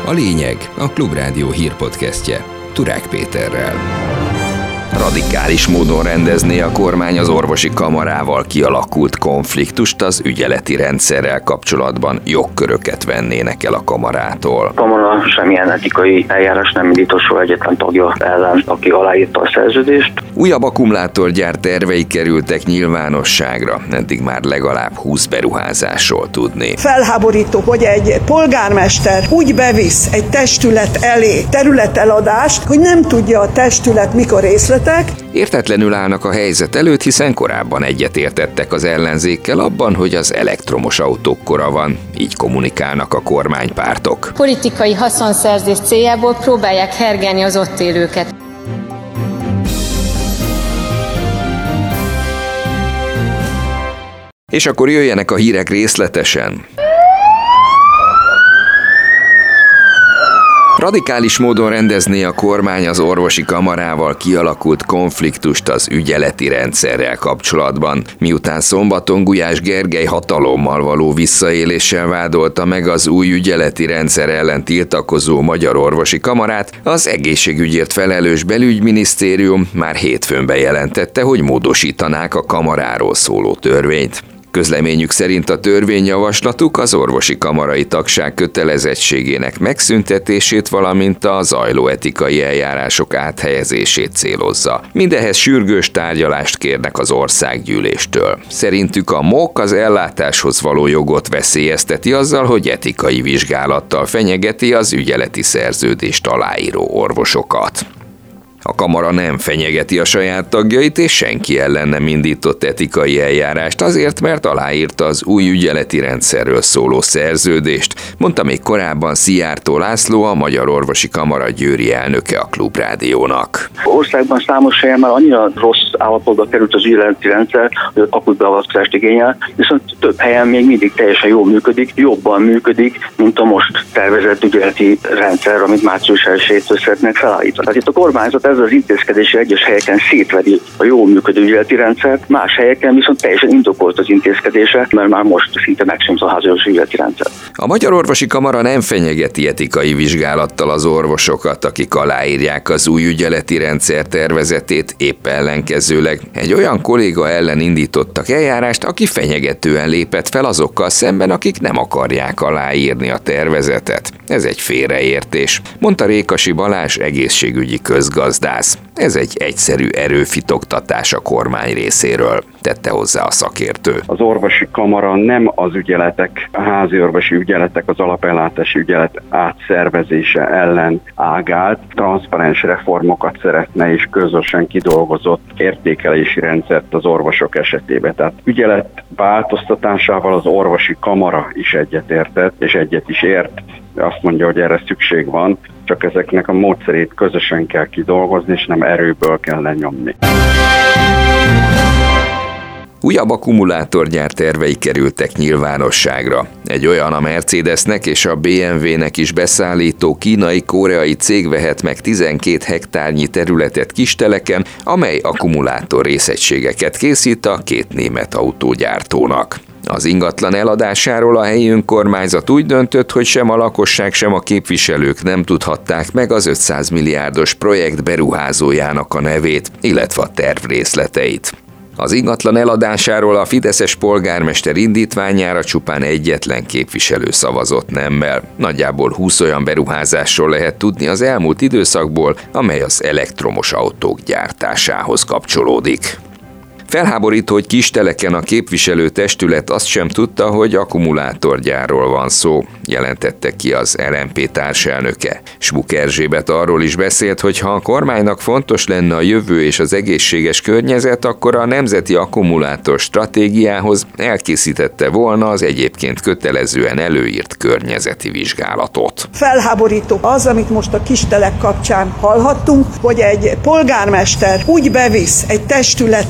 A lényeg a Klubrádió hírpodcastje Turák Péterrel. Radikális módon rendezné a kormány az orvosi kamarával kialakult konfliktust, az ügyeleti rendszerrel kapcsolatban jogköröket vennének el a kamarától. A kamara semmilyen etikai eljárás nem indított soha egyetlen tagja ellen, aki aláírta a szerződést. Újabb akkumulátorgyár tervei kerültek nyilvánosságra, eddig már legalább 20 beruházásról tudni. Felháborító, hogy egy polgármester úgy bevisz egy testület elé területeladást, hogy nem tudja a testület mikor részletek. Értetlenül állnak a helyzet előtt, hiszen korábban egyetértettek az ellenzékkel abban, hogy az elektromos autók kora van, így kommunikálnak a kormánypártok. Politikai haszonszerzés céljából próbálják hergelni az ott élőket. És akkor jöjjenek a hírek részletesen. Radikális módon rendezné a kormány az orvosi kamarával kialakult konfliktust az ügyeleti rendszerrel kapcsolatban, miután szombaton Gulyás Gergely hatalommal való visszaéléssel vádolta meg az új ügyeleti rendszer ellen tiltakozó Magyar Orvosi Kamarát, az egészségügyért felelős belügyminisztérium már hétfőn bejelentette, hogy módosítanák a kamaráról szóló törvényt. Közleményük szerint a törvényjavaslatuk az orvosi kamarai tagság kötelezettségének megszüntetését, valamint a zajló etikai eljárások áthelyezését célozza. Mindehhez sürgős tárgyalást kérnek az országgyűléstől. Szerintük a MOK az ellátáshoz való jogot veszélyezteti azzal, hogy etikai vizsgálattal fenyegeti az ügyeleti szerződést aláíró orvosokat. A kamara nem fenyegeti a saját tagjait, és senki ellen nem indított etikai eljárást azért, mert aláírta az új ügyeleti rendszerről szóló szerződést, mondta még korábban Szijjártó László, a Magyar Orvosi Kamara győri elnöke a Klubrádiónak. Országban számos helyen már annyira rossz állapotba került az ügyeleti rendszer, hogy akut beavatkozást igényel, viszont több helyen még mindig teljesen jól működik, jobban működik, mint a most tervezett ügyeleti rendszer, amit március 1-től szeretnék felállítani. Tehát itt a kormányzat ezzel az intézkedési egyes helyeken szétveri a jól működő ügyeleti rendszert, más helyeken viszont teljesen indokolt az intézkedése, mert már most szinte megszűnt a háziorvos ügyeleti rendszer. A Magyar Orvosi Kamara nem fenyegeti etikai vizsgálattal az orvosokat, akik aláírják az új ügyeleti rendszer tervezetét, épp ellenkezőleg egy olyan kolléga ellen indítottak eljárást, aki fenyegetően lépett fel azokkal szemben, akik nem akarják aláírni a tervezetet. Ez egy félreértés, mondta Rékasi Balázs egészségügyi közgazdász. Ez egy egyszerű erőfitoktatás a kormány részéről, tette hozzá a szakértő. Az orvosi kamara nem az ügyeletek, a háziorvosi ügyeletek, az alapellátási ügyelet átszervezése ellen ágált, transzparens reformokat szeretne és közösen kidolgozott értékelési rendszert az orvosok esetében. Tehát ügyelet változtatásával az orvosi kamara is egyetértett, és egyet is ért. Azt mondja, hogy erre szükség van, csak ezeknek a módszerét közösen kell kidolgozni, és nem erőből kell lenyomni. Újabb akkumulátorgyár tervei kerültek nyilvánosságra. Egy olyan a Mercedesnek és a BMW-nek is beszállító kínai-koreai cég vehet meg 12 hektárnyi területet Kisteleken, amely akkumulátor részegységeket készít a 2 német autógyártónak. Az ingatlan eladásáról a helyi önkormányzat úgy döntött, hogy sem a lakosság, sem a képviselők nem tudhatták meg az 500 milliárdos projekt beruházójának a nevét, illetve a terv részleteit. Az ingatlan eladásáról a fideszes polgármester indítványára csupán egyetlen képviselő szavazott nemmel. Nagyjából 20 olyan beruházásról lehet tudni az elmúlt időszakból, amely az elektromos autók gyártásához kapcsolódik. Felháborító, hogy Kisteleken a képviselőtestület azt sem tudta, hogy akkumulátorgyárról van szó, jelentette ki az LMP társelnöke. Smuk Erzsébet arról is beszélt, hogy ha a kormánynak fontos lenne a jövő és az egészséges környezet, akkor a Nemzeti Akkumulátor Stratégiához elkészítette volna az egyébként kötelezően előírt környezeti vizsgálatot. Felháborító az, amit most a Kistelek kapcsán hallhattunk, hogy egy polgármester úgy bevisz egy testület elé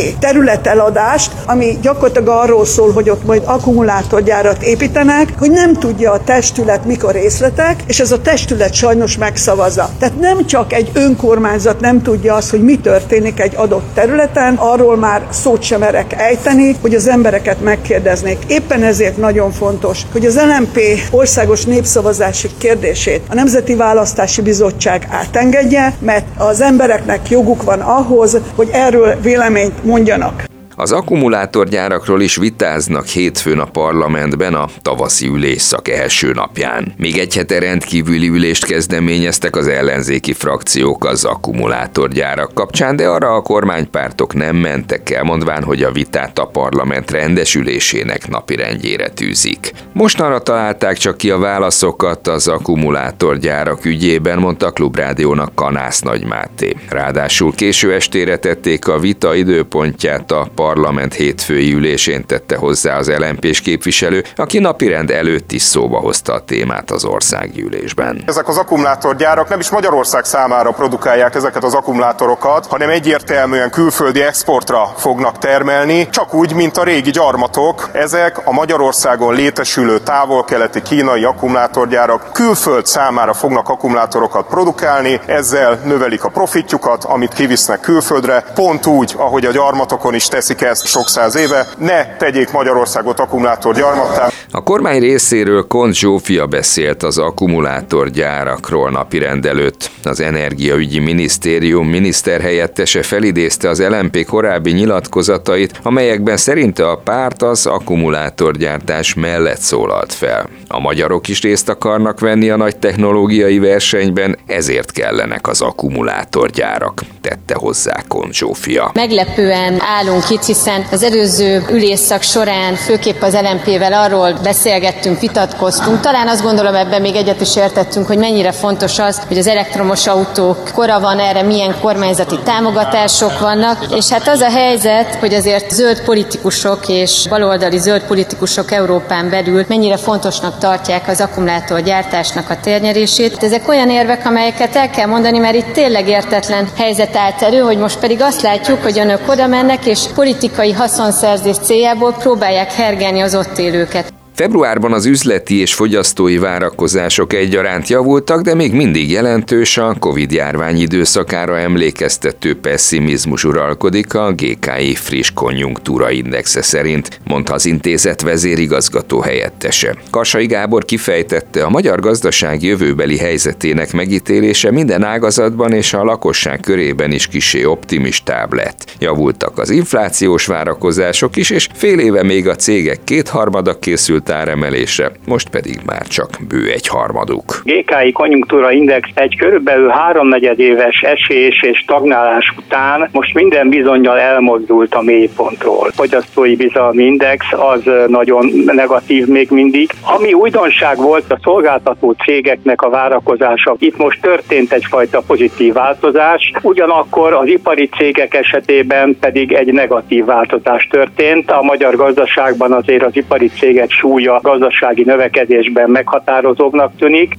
területeladást, ami gyakorlatilag arról szól, hogy ott majd akkumulátorgyárat építenek, hogy nem tudja a testület mikor részletek, és ez a testület sajnos megszavazza. Tehát nem csak egy önkormányzat nem tudja azt, hogy mi történik egy adott területen, arról már szót sem merek ejteni, hogy az embereket megkérdeznék. Éppen ezért nagyon fontos, hogy az LMP országos népszavazási kérdését a Nemzeti Választási Bizottság átengedje, mert az embereknek joguk van ahhoz, hogy erről véleményt mondjanak. Az akkumulátorgyárakról is vitáznak hétfőn a parlamentben a tavaszi ülésszak első napján. Még egy hete rendkívüli ülést kezdeményeztek az ellenzéki frakciók az akkumulátorgyárak kapcsán, de arra a kormánypártok nem mentek el, mondván, hogy a vitát a parlament rendes ülésének napirendjére tűzik. Mostanra találták csak ki a válaszokat az akkumulátorgyárak ügyében, mondta a Klubrádiónak Kanász Nagy Máté. Ráadásul késő estére tették a vita időpontját, a parlament hétfői ülésén tette hozzá az LMP-s képviselő, aki napirend előtt is szóba hozta a témát az országgyűlésben. Ezek az akkumulátorgyárak nem is Magyarország számára produkálják ezeket az akkumulátorokat, hanem egyértelműen külföldi exportra fognak termelni, csak úgy, mint a régi gyarmatok. Ezek a Magyarországon létesülő távol-keleti kínai akkumulátorgyárak külföld számára fognak akkumulátorokat produkálni, ezzel növelik a profitjukat, amit kivisznek külföldre, pont úgy, ahogy a gyarmatokon is teszik ezt sok száz éve, ne tegyék Magyarországot akkumulátorgyarmattá. A kormány részéről Kont Zsófia beszélt az akkumulátorgyárakról napirend előtt. Az Energiaügyi Minisztérium miniszterhelyettese felidézte az LMP korábbi nyilatkozatait, amelyekben szerinte a párt az akkumulátorgyártás mellett szólalt fel. A magyarok is részt akarnak venni a nagy technológiai versenyben, ezért kellenek az akkumulátorgyárak, tette hozzá Kont Zsófia. Meglepően állunk itt, hiszen az előző ülésszak során főképp az LMP-vel arról beszélgettünk, vitatkoztunk. Talán azt gondolom, ebben még egyet is értettünk, hogy mennyire fontos az, hogy az elektromos autók kora van erre, milyen kormányzati támogatások vannak, és hát az a helyzet, hogy azért zöld politikusok és baloldali zöld politikusok Európán belül mennyire fontosnak tartják az akkumulátorgyártásnak a térnyerését. Ezek olyan érvek, amelyeket el kell mondani, mert itt tényleg értetlen helyzet állt elő, hogy most pedig azt látjuk, hogy önök oda mennek, és politikai haszonszerzés céljából próbálják hergelni az ott élőket. Februárban az üzleti és fogyasztói várakozások egyaránt javultak, de még mindig jelentős a Covid-járvány időszakára emlékeztető pesszimizmus uralkodik a GKI friss konjunktúra indexe szerint, mondta az intézet vezérigazgató helyettese. Karsai Gábor kifejtette, a magyar gazdaság jövőbeli helyzetének megítélése minden ágazatban és a lakosság körében is kissé optimistább lett. Javultak az inflációs várakozások is, és fél éve még a cégek kétharmada készült áremelésre, most pedig már csak bő egy harmaduk. GKI konjunktúra index egy körülbelül 3/4 éves esés és stagnálás után most minden bizonnyal elmozdult a mélypontról. Fogyasztói bizalmi index az nagyon negatív még mindig. Ami újdonság volt, a szolgáltató cégeknek a várakozása. Itt most történt egyfajta pozitív változás, ugyanakkor az ipari cégek esetében pedig egy negatív változás történt. A magyar gazdaságban azért az ipari cégek súlya gazdasági növekedésben meghatározóbbnak tűnik.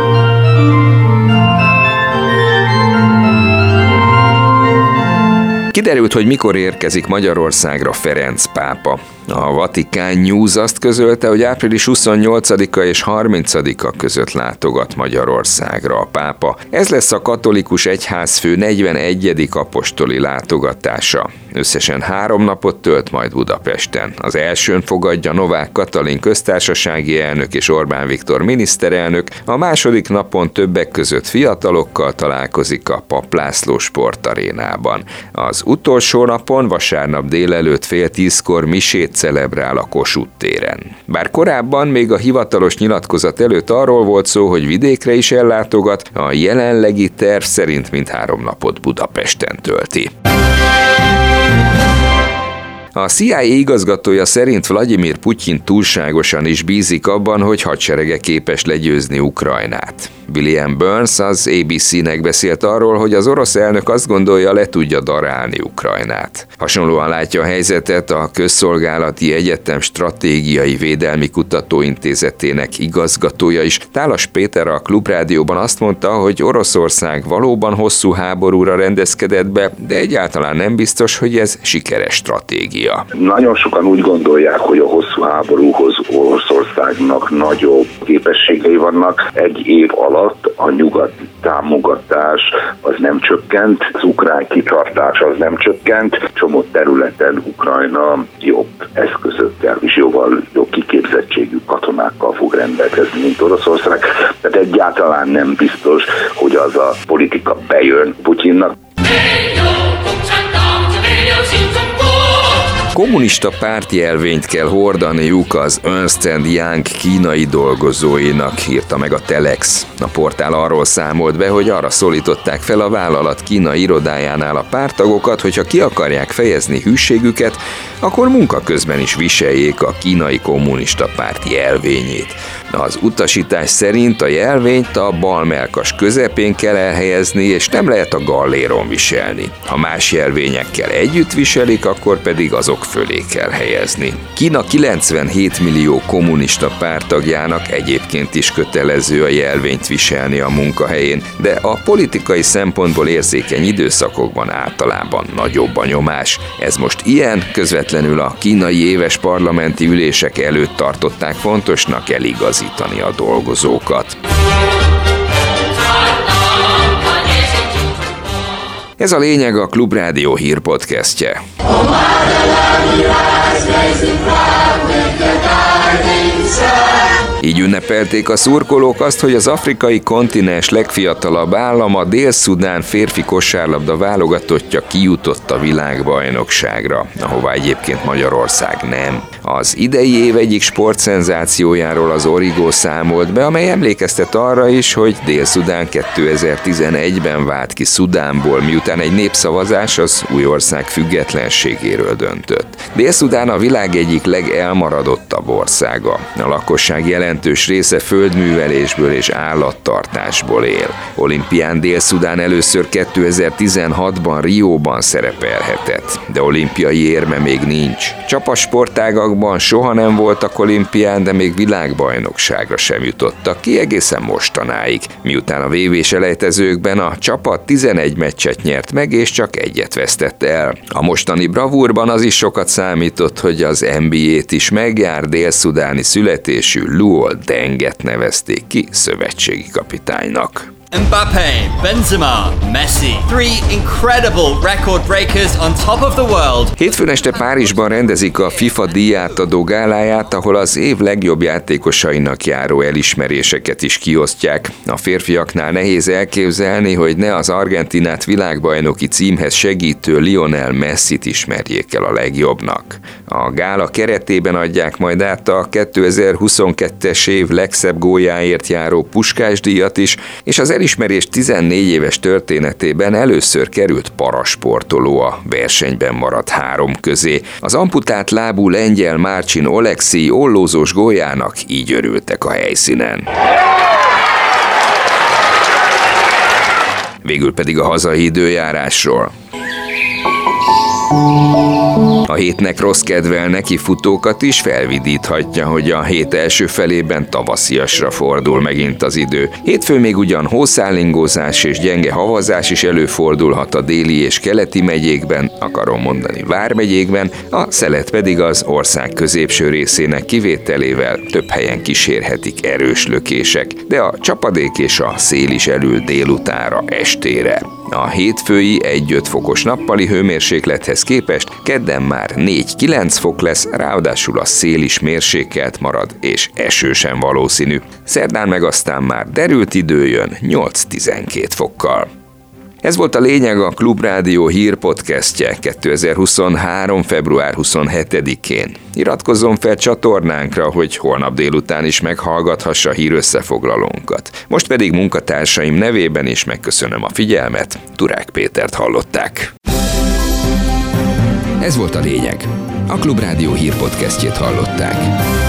Kiderült, hogy mikor érkezik Magyarországra Ferenc pápa. A Vatikán News azt közölte, hogy április 28-a és 30-a között látogat Magyarországra a pápa. Ez lesz a katolikus egyházfő 41. apostoli látogatása. Összesen 3 napot tölt majd Budapesten. Az elsőn fogadja Novák Katalin köztársasági elnök és Orbán Viktor miniszterelnök, a második napon többek között fiatalokkal találkozik a Papp László sportarénában. Az utolsó napon, vasárnap délelőtt 9:30 misét celebrál a Kossuth téren. Bár korábban, még a hivatalos nyilatkozat előtt arról volt szó, hogy vidékre is ellátogat, a jelenlegi terv szerint mindhárom napot Budapesten tölti. A CIA igazgatója szerint Vladimir Putyin túlságosan is bízik abban, hogy hadserege képes legyőzni Ukrajnát. William Burns az ABC-nek beszélt arról, hogy az orosz elnök azt gondolja, le tudja darálni Ukrajnát. Hasonlóan látja a helyzetet a Közszolgálati Egyetem Stratégiai Védelmi Kutatóintézetének igazgatója is. Tálas Péter a Klubrádióban azt mondta, hogy Oroszország valóban hosszú háborúra rendezkedett be, de egyáltalán nem biztos, hogy ez sikeres stratégia. Nagyon sokan úgy gondolják, hogy a hosszú háborúhoz Oroszországnak nagyobb képességei vannak. Egy év alatt a nyugati támogatás az nem csökkent, az ukrán kitartás az nem csökkent, csomó területen Ukrajna jobb eszközökkel és jóval jobb kiképzettségű katonákkal fog rendelkezni, mint Oroszország. Tehát egyáltalán nem biztos, hogy az a politika bejön Putyinnak. Kommunista pártjelvényt kell hordaniuk az Ernst & Young kínai dolgozóinak, írta meg a Telex. A portál arról számolt be, hogy arra szólították fel a vállalat kínai irodájánál a párttagokat, hogyha ki akarják fejezni hűségüket, akkor munka közben is viseljék a kínai kommunista párt jelvényét. Az utasítás szerint a jelvényt a bal mellkas közepén kell elhelyezni, és nem lehet a galléron viselni. Ha más jelvényekkel együtt viselik, akkor pedig azok fölé kell helyezni. Kína 97 millió kommunista párttagjának egyébként is kötelező a jelvényt viselni a munkahelyén, de a politikai szempontból érzékeny időszakokban általában nagyobb a nyomás. Ez most ilyen, közvetlenül a kínai éves parlamenti ülések előtt tartották fontosnak eligazítani a dolgozókat. Ez a lényeg a Klubrádió hírpodcastje. Így ünnepelték a szurkolók azt, hogy az afrikai kontinens legfiatalabb állama, Dél-Szudán férfi kosárlabda válogatottja kijutott a világbajnokságra, ahová egyébként Magyarország nem. Az idei év egyik sportszenzációjáról az Origo számolt be, amely emlékeztet arra is, hogy Dél-Szudán 2011-ben vált ki Szudánból, miután egy népszavazás az új ország függetlenségéről döntött. Dél-Szudán a világ egyik legelmaradottabb országa. A lakosság jelentős része földművelésből és állattartásból él. Olimpián Dél-Szudán először 2016-ban Rióban szerepelhetett, de olimpiai érme még nincs. Csapasportágakban soha nem voltak olimpián, de még világbajnokságra sem jutottak ki egészen mostanáig, miután a VB-selejtezőkben a csapat 11 meccset nyert meg és csak egyet vesztett el. A mostani bravúrban az is sokat számított, hogy az NBA-t is megjár, dél-szudáni születésű Luol Denget nevezték ki szövetségi kapitánynak. Mbappé, Benzema, Messi, 3 incredible record breakers on top of the world. Hétfőn este Párizsban rendezik a FIFA díjátadó gáláját, ahol az év legjobb játékosainak járó elismeréseket is kiosztják. A férfiaknál nehéz elképzelni, hogy ne az Argentinát világbajnoki címhez segítő Lionel Messit ismerjék el a legjobbnak. A gála keretében adják majd át a 2022-es év legszebb góljáért járó Puskás díjat is, és az elismerés 14 éves történetében először került parasportoló a versenyben maradt 3 közé. Az amputált lábú lengyel Marcin Oleksij ollózós góljának így örültek a helyszínen. Végül pedig a hazai időjárásról. A hétnek rossz kedvel neki futókat is felvidíthatja, hogy a hét első felében tavasziasra fordul megint az idő. Hétfőn még ugyan hószállingózás és gyenge havazás is előfordulhat a déli és keleti megyékben, akarom mondani vármegyékben, a szelet pedig az ország középső részének kivételével több helyen kísérhetik erős lökések, de a csapadék és a szél is elül délutánra, estére. A hétfői 1-5 fokos nappali hőmérséklethez képest kedden már 4-9 fok lesz, ráadásul a szél is mérsékelt marad és eső sem valószínű. Szerdán meg aztán már derült idő jön 8-12 fokkal. Ez volt a lényeg a Klubrádió hírpodcastje 2023. február 27-én. Iratkozzon fel csatornánkra, hogy holnap délután is meghallgathassa hírösszefoglalónkat. Most pedig munkatársaim nevében is megköszönöm a figyelmet, Turák Pétert hallották. Ez volt a lényeg. A Klubrádió hírpodcastjét hallották.